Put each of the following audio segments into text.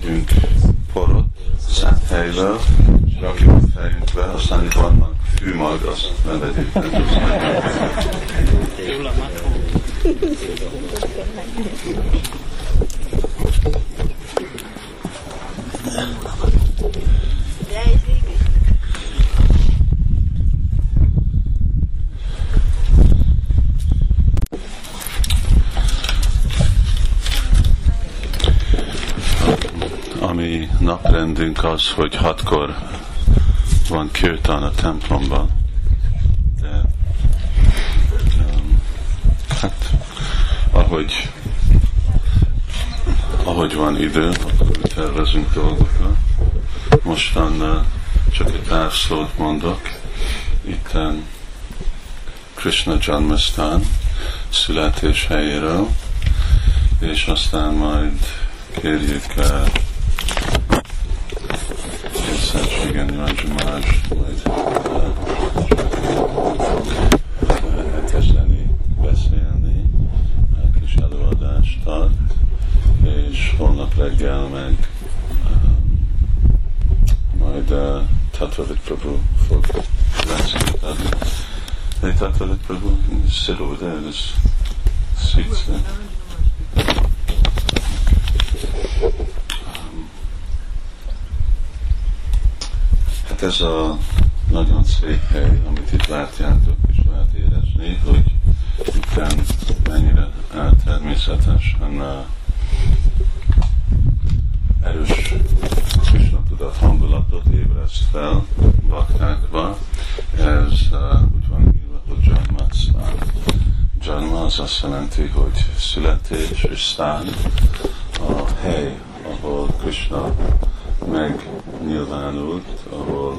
vegyünk porot szent helyről, rakjuk a fejünkbe, aztán itt vannak fűmag, azt ne vegyük. Ami naprendünk az, hogy 6-kor van kirtan a templomban, de hát ahogy van idő, akkor tervezünk dolgokat. Mostan csak egy pár szót mondok. Itten Krishna Janmastan születés helyéről, és aztán majd kérjük Szentségen Raja Maharaj majd elkezdeni beszélni, kis előadást tart, és holnap reggel meg majd Tattvavid Prabhu fog beszélni. Hey Tattvavid Prabhu, sit over there, there's seats there. Hát ez a nagyon szép hely, amit itt látjátok, és lehet érezni, hogy itt mennyire természetesen erős Krishna tudat hangulatot ébreszt fel baktákba. Ez úgy van írva, hogy Janmastan. Janma az azt jelenti, hogy születés, és sztán a hely, ahol Krishna megnyilvánult, ahol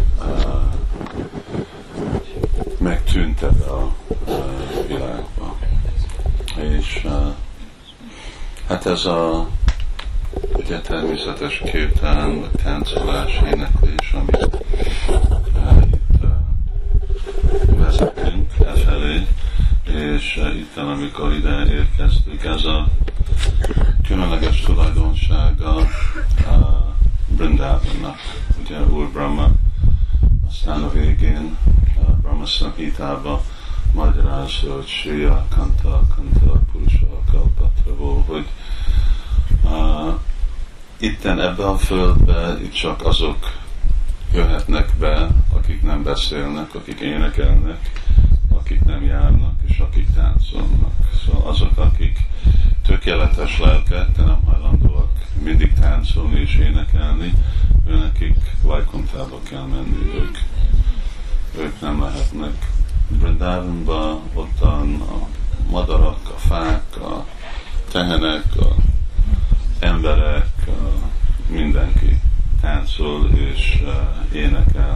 megtűnt ebbe a világba. És hát ez a ugye természetes kirtán, vagy táncolás, éneklés, amit itt vezetünk efelé, és itt, amikor ide érkeztük, ez a különleges tulajdonsága Vrindavannak. Ugye Úr Brahma aztán a végén Brahma Samhitában magyarázza, hogy Shriya Kanta Purusha Kalpatra, hogy itten ebbe a földbe itt csak azok jöhetnek be, akik nem beszélnek, akik énekelnek, akik nem járnak, és akik táncolnak. Szóval azok, akik tökéletes lelkek, de nem hajlandóak mindig táncolni és énekelni, őnekik Vajkuntába kell menni, ők nem lehetnek. Vrindavanban ottan a madarak, a fák, a tehenek, a emberek, mindenki táncol és énekel,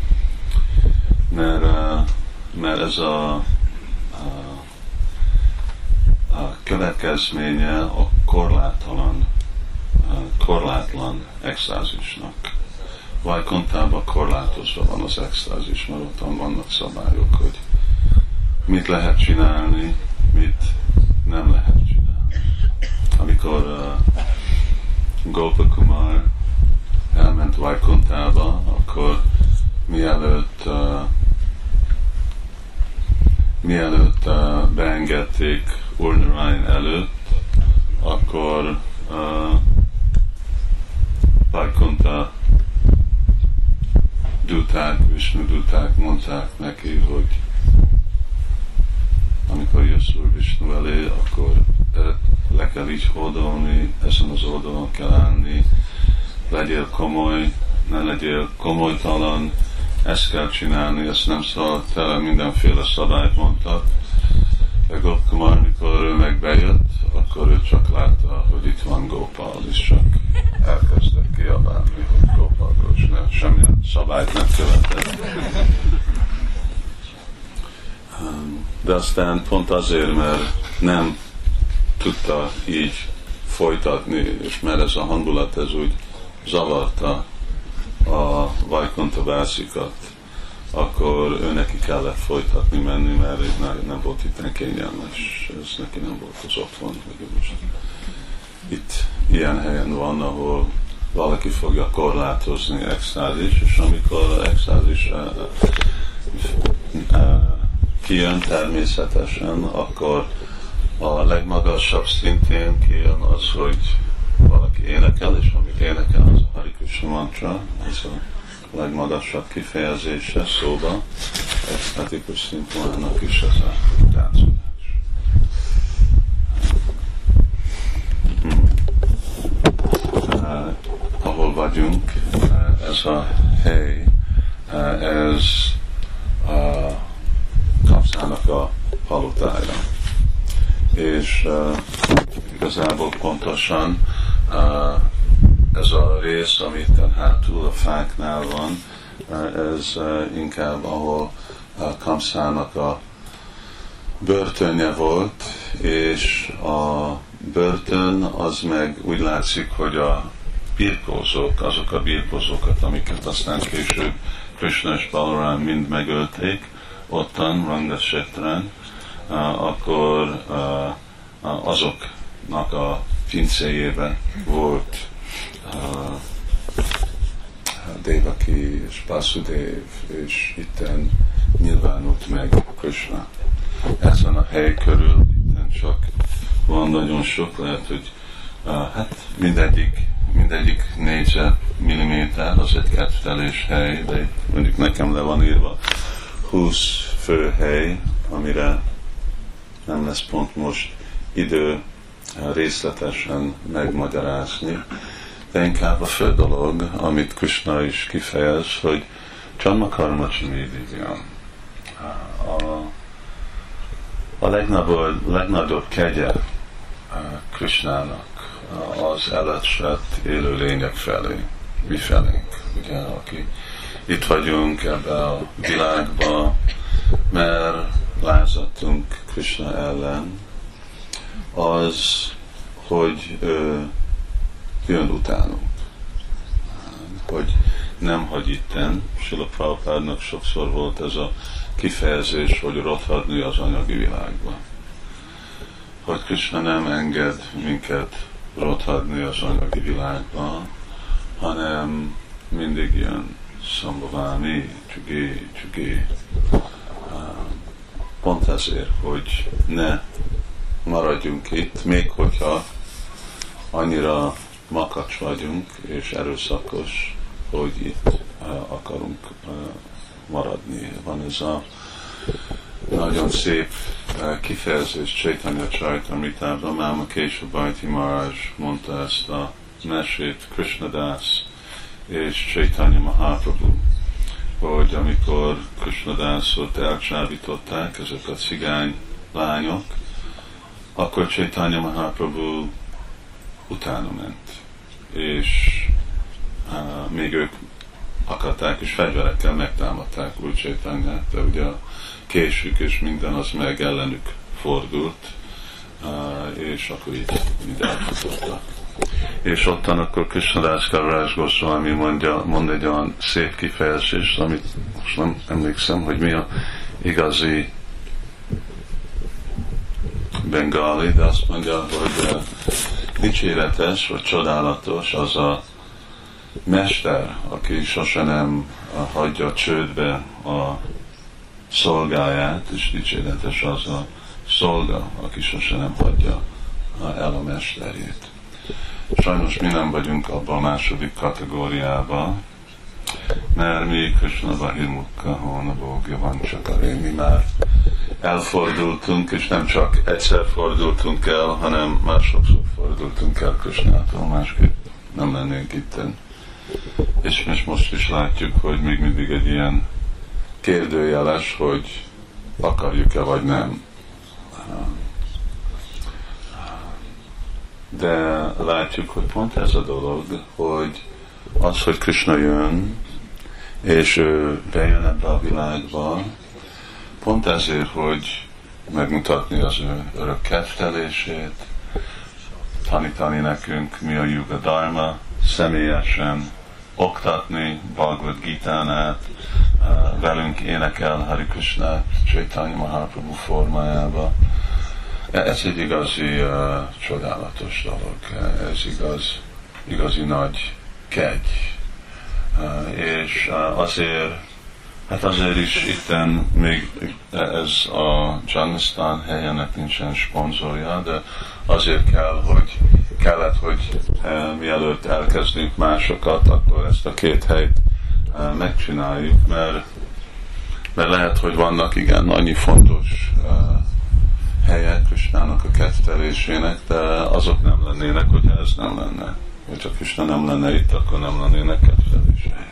mert ez a következménye a korlátlan extázisnak. Vajkuntában korlátozva van az extázis, mert ott vannak szabályok, hogy mit lehet csinálni, mit nem lehet csinálni. Amikor Gopakumar elment Vajkuntába, akkor mielőtt beengedték Úr Narayan előtt, akkor Vajkunta duták, Vishnu duták mondták neki, hogy amikor jössz Úr Vishnu elé, akkor le kell így hódolni, ezen az oldalon kell állni, legyél komoly, ne legyél komolytalan, ezt kell csinálni, ezt nem szabad, tele mindenféle szabályt mondtak. De Gopakumar, mikor ő meg bejött, akkor ő csak látta, hogy itt van Gopal, és csak elkezdett kiabálni, hogy Gopal Krishna, semmilyen szabályt nem követett. De aztán pont azért, mert nem tudta így folytatni, és mert ez a hangulat ez úgy zavarta a Vajkunta Vászikat, akkor ő neki kellett folytatni menni, mert nem volt itt kényelmes, ez neki nem volt az otthon. itt ilyen helyen van, ahol valaki fogja korlátozni extázis, és amikor extázis kijön természetesen, akkor a legmagasabb szintén kijön az, hogy valaki énekel, és amit énekel, az a Hari Krishna mantra, ez a legmagasabb kifejezése szóba, extatikus szintvonának is ez a táncolás. Ahol vagyunk, ez a hely, ez Kamszának a palotája. És igazából pontosan ez a rész, amit hátul a fáknál van, ez inkább ahol Kamszának a börtönje volt, és a börtön az meg úgy látszik, hogy a birkózók, azok a birkózókat, amiket aztán később Krishna és Balaram mind megölték, ottan, Rangasetrán, akkor azoknak a pincéjében volt Devaki és Vasudev, és itten nyilvánult meg Krishna. Ezen a hely körül itten csak van nagyon sok, lehet, hogy hát mindegyik négyzetmilliméter az egy kettelés hely, de mondjuk nekem le van írva 20 főhely, amire nem lesz pont most idő részletesen megmagyarázni, de inkább a fő dolog, amit Krishna is kifejez, hogy Janma Karma Csimidivya. A legnagyobb kegye Krishnának az elesett élő lények felé, mi felénk, ugye, aki itt vagyunk ebbe a világba, mert lázadtunk Krishna ellen, az, hogy jön utánunk. Hogy nem hagy itten. Srila Prabhupádnak sokszor volt ez a kifejezés, hogy rothadni az anyagi világba. Hogy Krishna nem enged minket rothadni az anyagi világba, hanem mindig jön Szambhavámi, Csugi. Pont ezért, hogy ne maradjunk itt, még hogyha annyira makacs vagyunk és erőszakos, hogy itt akarunk maradni. Van ez a nagyon szép kifejezés Chaitanya Charitamritában, ám később Bharati Maharaj mondta ezt a mesét, Krishna Das és Chaitanya Mahaprabhu, hogy amikor Krishna Dasot elcsábították ezek a cigány lányok, akkor Chaitanya Mahaprabhu utána ment, és még ők akarták, és fegyverekkel megtámadták Úr Chaitanyát, de ugye a késük és minden az meg ellenük fordult, és akkor így elfutottak. És ottan akkor Krishnadas Kaviraj Goswami mond egy olyan szép kifejezést, amit most nem emlékszem, hogy mi a igazi bengali, de azt mondja, hogy dicséretes vagy csodálatos az a mester, aki sose nem hagyja csődbe a szolgáját, és dicséretes az a szolga, aki sose nem hagyja el a mesterét. Sajnos mi nem vagyunk abban a második kategóriában, mert mi Krishna Bahirmukha Hona Bhogya van csak a mi már elfordultunk, és nem csak egyszer fordultunk el, hanem már sokszor fordultunk el Krishnától, másképp nem lennénk itten. És most is látjuk, hogy még mindig egy ilyen kérdőjeles, hogy akarjuk-e vagy nem. De látjuk, hogy pont ez a dolog, hogy az, hogy Krishna jön, és ő bejön ebbe a világba, pont ezért, hogy megmutatni az ő örök kettelését, tanítani nekünk, mi a Yuga Dharma, személyesen oktatni Bhagavad Gitánát, velünk énekel Hari Krishnát Chaitanya Mahaprabhu formájába, ez egy igazi csodálatos dolog, ez igazi nagy kegy. És azért is itten még ez a Janmasthan helyenek nincsen szponzorja, de azért kellett, hogy mielőtt elkezdünk másokat, akkor ezt a két helyt megcsináljuk, mert lehet, hogy vannak igen annyi fontos helyek Krisnának a kedvelésének, de azok nem lennének, hogyha ez nem lenne. Hogyha Krishna nem lenne itt, akkor nem lennének kedvelések.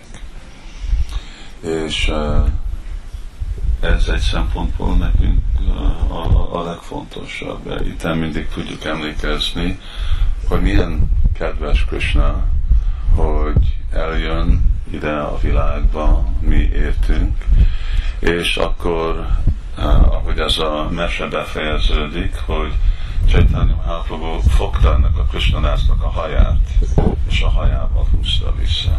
És ez egy szempontból nekünk a legfontosabb. Itt mindig tudjuk emlékezni, hogy milyen kedves Krishna, hogy eljön ide a világba, mi értünk, és akkor, ahogy ez a mese befejeződik, hogy Chaitanya Mahaprabhu fogta ennek a Krishnadásznak a haját, és a hajával húzta vissza.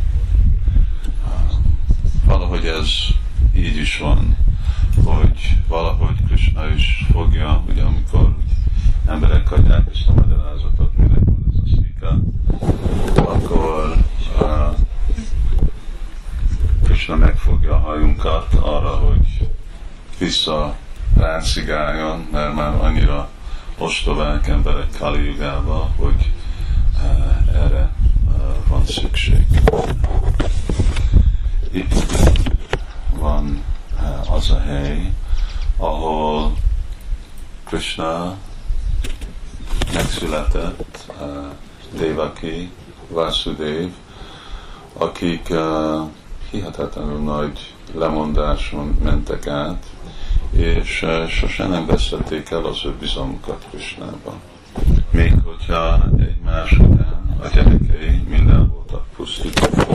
Valahogy ez így is van, hogy valahogy Krishna is fogja, ugye amikor emberek adják ezt a magyarázatot, minek van ez a szika, akkor Krishna megfogja a hajunkat arra, hogy vissza ráncigáljon, mert már annyira ostobák emberek Kali Jugába, hogy erre van szükség. Itt van az a hely, ahol Krishna megszületett, Devaki, Vasudev, akik hihetetlenül nagy lemondáson mentek át, és sosem nem vesztették el az ő bizalmukat Krishnába. Még hogyha egymás után a gyerekei minden voltak pusztítva.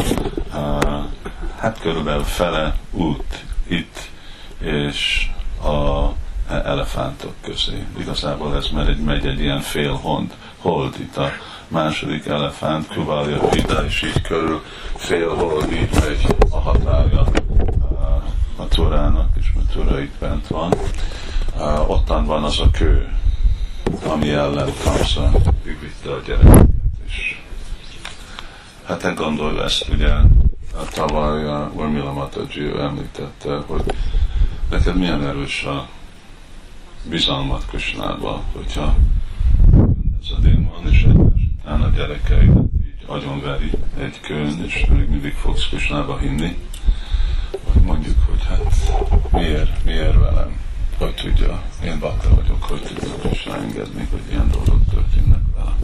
Hát körülbelül fele út itt, és a elefántok közé. Igazából ez megy egy ilyen fél hold itt a második elefánt, Kuvalja Vida, és így körül fél hold így megy a határja a Turának, és a Tura itt bent van. Ottan van az a kő, ami ellen Kamsa üvitte a gyerekeket is. Hát te gondolj ezt, ugye tavaly Urmila Mataji említette, hogy neked milyen erős a bizalmat Krishnába, hogyha ez a démon és egymás után a gyerekeidet így agyonveri egy kőn, és még mindig fogsz Krishnába hinni, vagy mondjuk, hogy hát miért velem? Hogy tudja, én bakta vagyok, hogy tudja Krishna engedni, hogy ilyen dolgok történnek velem.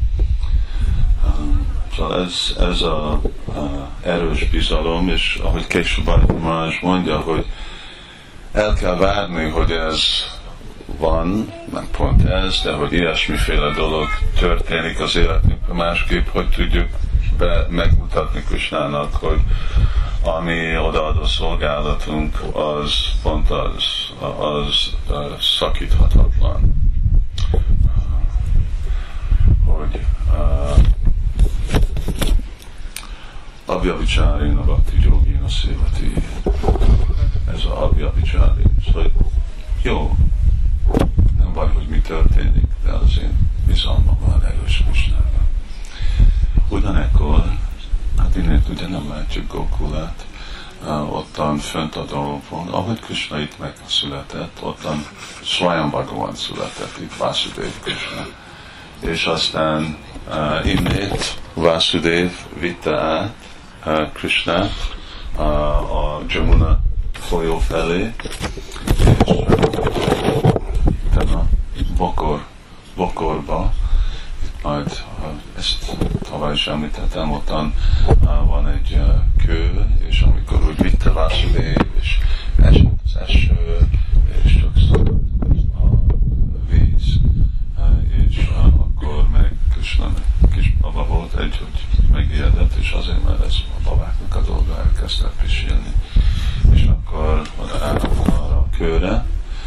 Szóval ez a erős bizalom, és ahogy később más mondja, hogy el kell várni, hogy ez van, meg pont ez, de hogy ilyesmiféle dolog történik az életünkben, másképp, hogy tudjuk megmutatni Krishnának, hogy ami odaadó szolgálatunk, az pont az szakíthatatlan. Hogy Abhyabhicharina Bhakti Yogina Sevati, ez a Abhyabhicharina. Szóval jó, nem baj, hogy mi történik, de az én bizalmam van erős Krishnában. Ugyanekkor, hát innét ugye nem látjuk Gokulát, ottan fönt a dolgokon, ahogy Krishna itt megszületett, ottan Swayam Bhagavan született, itt Vasudev Krishna. És aztán innét Vasudev vitte át Krishnát a Jamuna folyó felé, és a bokorba, majd ezt tavaly is említettem, ottan van egy kő, és amikor úgy vitte Vasudev, és esett az eső, és csak szakadt a víz, és akkor meg Krishna kis baba volt egy, hogy megijedett, és azért, mert ez a babáknak a dolga, elkezdett pisilni. És akkor elment arra a kőre,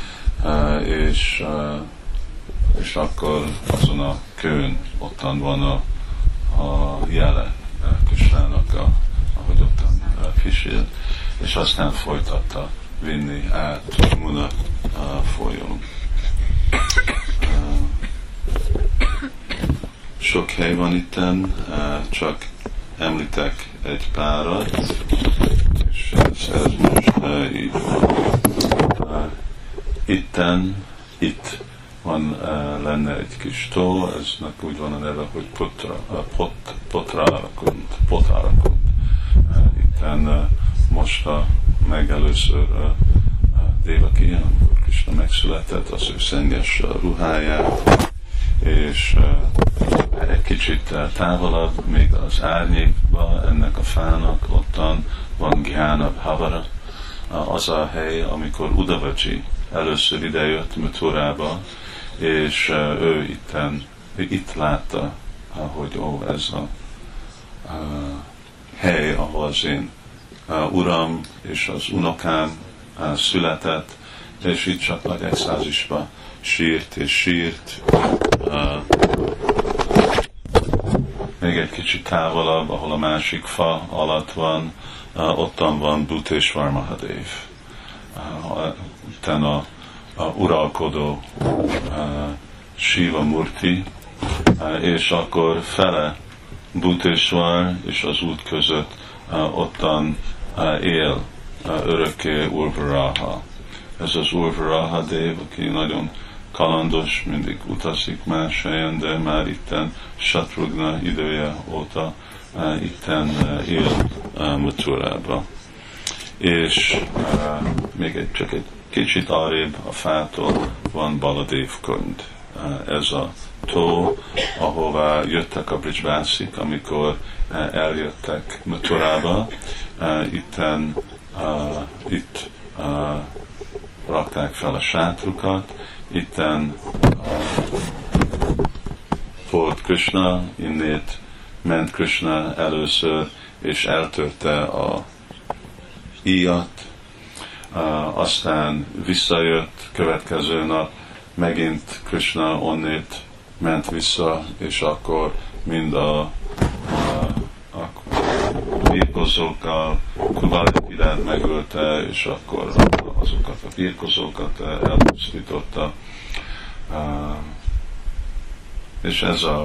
és akkor azon a kőn ottan van a jele Krishnának, ahogy ottan pisil, és aztán folytatta vinni át Muna folyón. sok hely van itten, csak említek egy párat, és ez most így van. Itt van, lenne egy kis tó, eznek úgy van a neve, hogy Potrarakund. Itten mosta meg először Devaki, amikor Krishna megszületett, az ő szennyes ruháját, és egy kicsit távolabb, még az árnyékban ennek a fának, ottan van Gyána Bhavara, az a hely, amikor Udavaji először idejött Mathurába, és ő itt látta, hogy ez a hely, ahol az én uram és az unokám született, és itt csak nagy extázisba sírt és sírt. Még egy kicsit távolabb, ahol a másik fa alatt van, ottan van Bhuteshwar Mahadev. Utána a uralkodó Shiva Murti, és akkor fele Bhuteshwar és az út között ottan él örökké Urvaraha. Ez az Urvaraha Dev, aki nagyon kalandos, mindig utazik más helyen, de már itten Shatrugna idője óta itten él Mathurába. És még csak egy kicsit arrébb a fától van Baladev Kund. Ez a tó, ahová jöttek a Brijbászik, amikor eljöttek Mathurába. Itt rakták fel a sátrukat, itten volt Krishna, innét ment Krishna először, és eltörte a íjat, aztán visszajött következő nap, megint Krishna onnét ment vissza, és akkor mind a birkozókkal Kuvalepidát megölte, és akkor azokat a birkozókat elpusztította. És ez a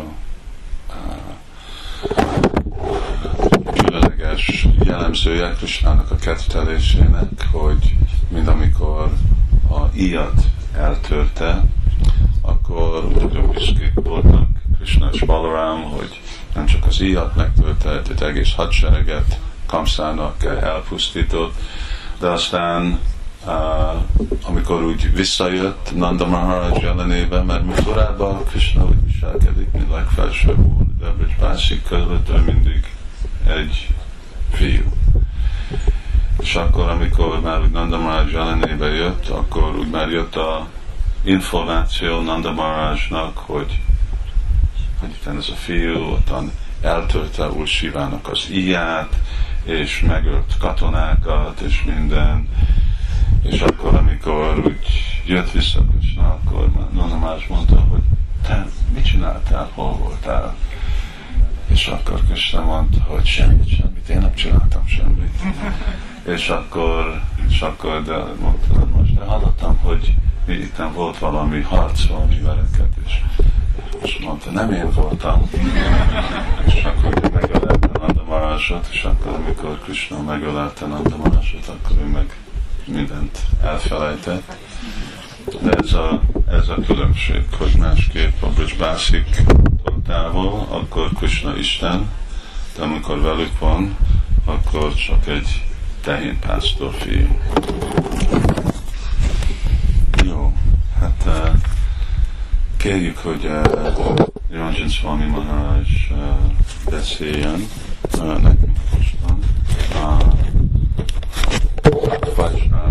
különleges jellemzője Krishnának a kettelésének, hogy mind amikor a íjat eltörte, akkor nagyon büszkék voltak Krishna és Balaram, hogy nem csak az íjat megtörte, de egész hadsereget Kamszának elpusztított, de aztán amikor úgy visszajött Nanda Maharaj ellenében, mert Mathurában Krishna úgy viselkedik, mint legfelsőbb úr, de Brijbászik között ő mindig egy fiú. És akkor, amikor már úgy Nanda Maharaj ellenében jött, akkor úgy már jött a információ Nanda Maharajnak, hogy itt ez a fiú ottan eltörte Úr Sivának az íját, és megölt katonákat, és minden. És akkor, amikor úgy jött vissza Krishna, akkor Nanda Maharaj mondta, hogy te mit csináltál, hol voltál? És akkor Krishna mondta, hogy semmit, én nem csináltam semmit. és akkor de mondta, most de hallottam, hogy itt volt valami harc, valami verekedés. És mondta, nem én voltam. És akkor megölelte Nanda Maharajot, és akkor amikor Krishna megölelte Nanda Maharajot, akkor ő meg mindent elfelejtett. De ez a különbség, hogy másképp a Brijbászik távol, akkor Krishna Isten, de amikor velük van, akkor csak egy tehénpásztor fiú. Jó, hát kérjük, hogy Niranjan Swami Maharaj beszéljen nekünk mostan Vajsnáv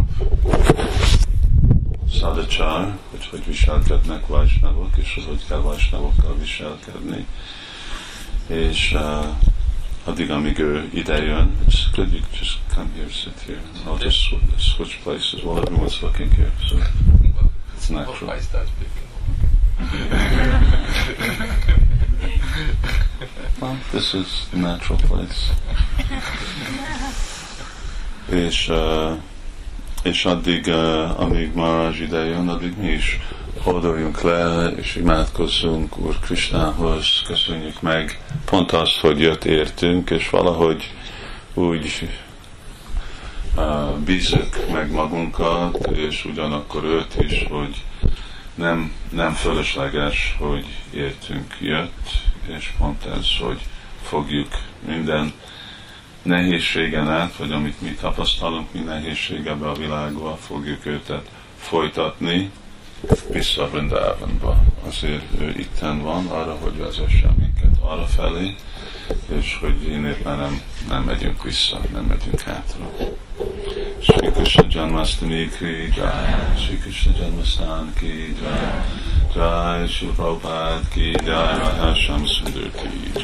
Sadachar, hogy viselkednek Vajsnavok, és hogy kell Vajsnavokkal viselkedni. És addig, amíg ő ide jön, could you just come here, sit here, and I'll just switch places while everyone's looking here, so it's natural. Well, this is the natural place. És addig, amíg Maharaj ide jön, addig mi is oldoljunk le, és imádkozzunk Úr Krisnához, köszönjük meg pont azt, hogy jött értünk, és valahogy úgy bízzük meg magunkat, és ugyanakkor őt is, hogy nem fölösleges, hogy értünk jött, és pont ez, hogy fogjuk minden nehézségen át, vagy amit mi tapasztalunk, mi nehézség ebbe a világba, fogjuk őtet folytatni vissza Vrindávonba. Azért ő itten van arra, hogy vezessen minket arra felé, és hogy én éppen nem megyünk vissza, nem megyünk hátra. Sri Krishna Janmashtami ki jai, Sri Krishna Janmasthana ki jai, Jai Shri Prabhupada ki jai, Mahasham Sundar ki